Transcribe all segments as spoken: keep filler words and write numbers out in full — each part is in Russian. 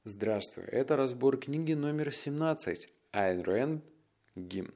Здравствуй, это разбор книги номер семнадцать Айн Рэнд «Гимн».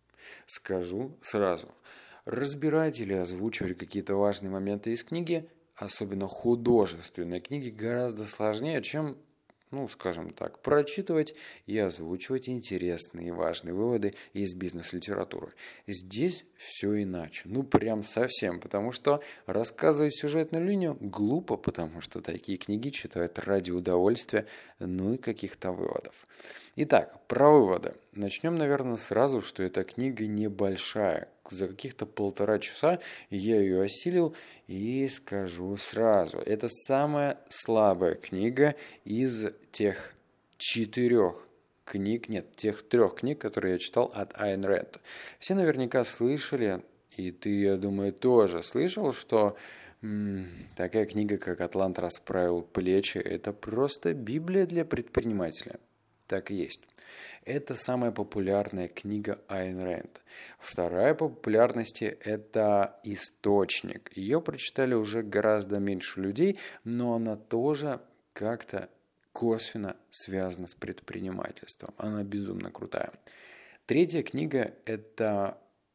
Скажу сразу, разбирать или озвучивать какие-то важные моменты из книги, особенно художественной книги, гораздо сложнее, чем, ну, скажем так, прочитывать и озвучивать интересные и важные выводы из бизнес-литературы. Здесь все иначе, ну прям совсем, потому что рассказывать сюжетную линию глупо, потому что такие книги читают ради удовольствия, ну и каких-то выводов. Итак, про выводы. Начнем, наверное, сразу, что эта книга небольшая. За каких-то полтора часа я ее осилил и скажу сразу. Это самая слабая книга из тех четырех книг, нет, тех трех книг, которые я читал от Айн Рэнд. Все наверняка слышали, и ты, я думаю, тоже слышал, что м- такая книга, как «Атлант расправил плечи», это просто Библия для предпринимателя. Так и есть. Это самая популярная книга Айн Рэнд. Вторая по популярности – это «Источник». Ее прочитали уже гораздо меньше людей, но она тоже как-то косвенно связана с предпринимательством. Она безумно крутая. Третья книга – это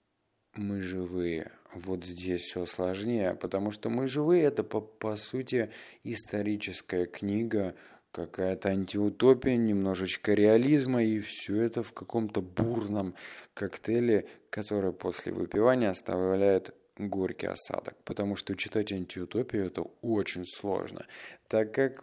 «Мы живые». Вот здесь все сложнее, потому что «Мы живые» – это, по, по сути, историческая книга, какая-то антиутопия, немножечко реализма, и все это в каком-то бурном коктейле, который после выпивания оставляет горький осадок. Потому что читать антиутопию это очень сложно, так как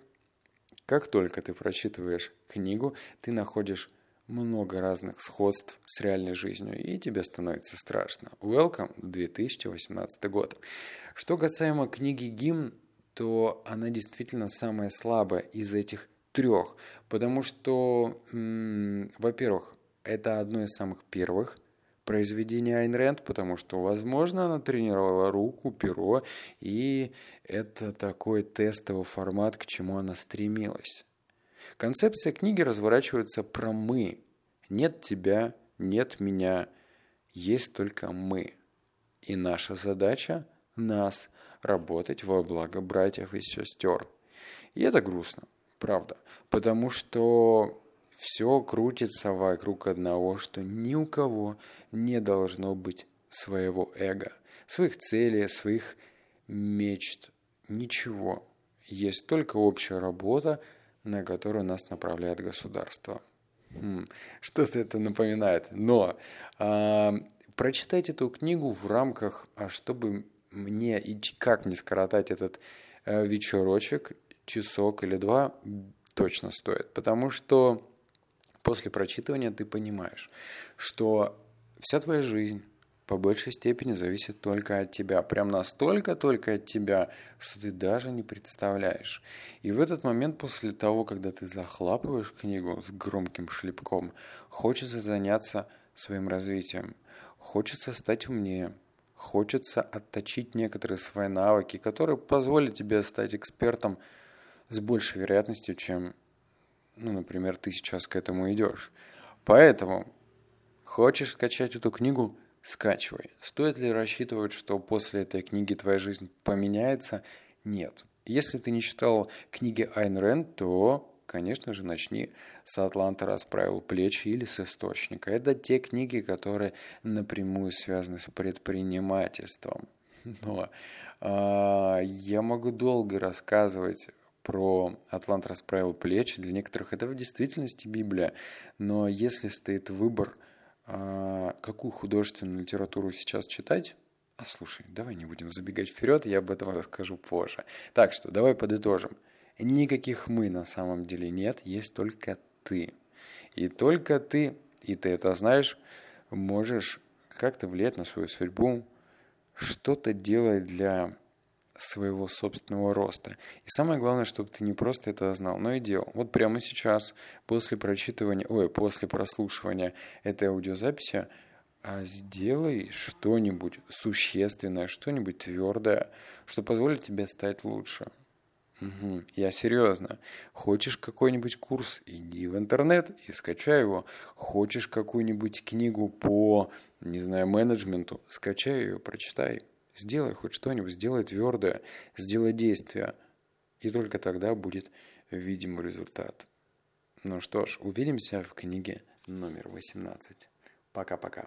как только ты прочитываешь книгу, ты находишь много разных сходств с реальной жизнью, и тебе становится страшно. Welcome, две тысячи восемнадцатый год. Что касаемо книги «Гимн», то она действительно самая слабая из этих трех, потому что, м- во-первых, это одно из самых первых произведений Айн Рэнд, потому что, возможно, она тренировала руку, перо, и это такой тестовый формат, к чему она стремилась. Концепция книги разворачивается про «мы». Нет тебя, нет меня, есть только мы. И наша задача – нас работать во благо братьев и сестер. И это грустно, правда, потому что все крутится вокруг одного, что ни у кого не должно быть своего эго, своих целей, своих мечт, ничего. Есть только общая работа, на которую нас направляет государство. Хм, что-то это напоминает. Но а, прочитать эту книгу в рамках, а чтобы мне и как не скоротать этот э, вечерочек, часок или два, точно стоит. Потому что после прочитывания ты понимаешь, что вся твоя жизнь по большей степени зависит только от тебя. Прям настолько только от тебя, что ты даже не представляешь. И в этот момент, после того, когда ты захлапываешь книгу с громким шлепком, хочется заняться своим развитием. Хочется стать умнее. Хочется отточить некоторые свои навыки, которые позволят тебе стать экспертом с большей вероятностью, чем, ну, например, ты сейчас к этому идешь. Поэтому хочешь скачать эту книгу – скачивай. Стоит ли рассчитывать, что после этой книги твоя жизнь поменяется? Нет. Если ты не читал книги Айн Рэнд, то, конечно же, начни с «Атланта расправил плечи» или с «Источника». Это те книги, которые напрямую связаны с предпринимательством. Но а, я могу долго рассказывать про «Атлант расправил плечи». Для некоторых это в действительности Библия. Но если стоит выбор, а, какую художественную литературу сейчас читать, а слушай, давай не будем забегать вперед, я об этом расскажу позже. Так что давай подытожим. Никаких «мы» на самом деле нет, есть только ты. И только ты, и ты это знаешь, можешь как-то влиять на свою судьбу, что-то делать для своего собственного роста. И самое главное, чтобы ты не просто это знал, но и делал. Вот прямо сейчас, после прочитывания, ой, после прослушивания этой аудиозаписи, а сделай что-нибудь существенное, что-нибудь твердое, что позволит тебе стать лучше. Угу. Я серьезно. Хочешь какой-нибудь курс? Иди в интернет и скачай его. Хочешь какую-нибудь книгу по, не знаю, менеджменту? Скачай ее, прочитай. Сделай хоть что-нибудь, сделай твердое, сделай действие. И только тогда будет видимый результат. Ну что ж, увидимся в книге номер восемнадцать. Пока-пока.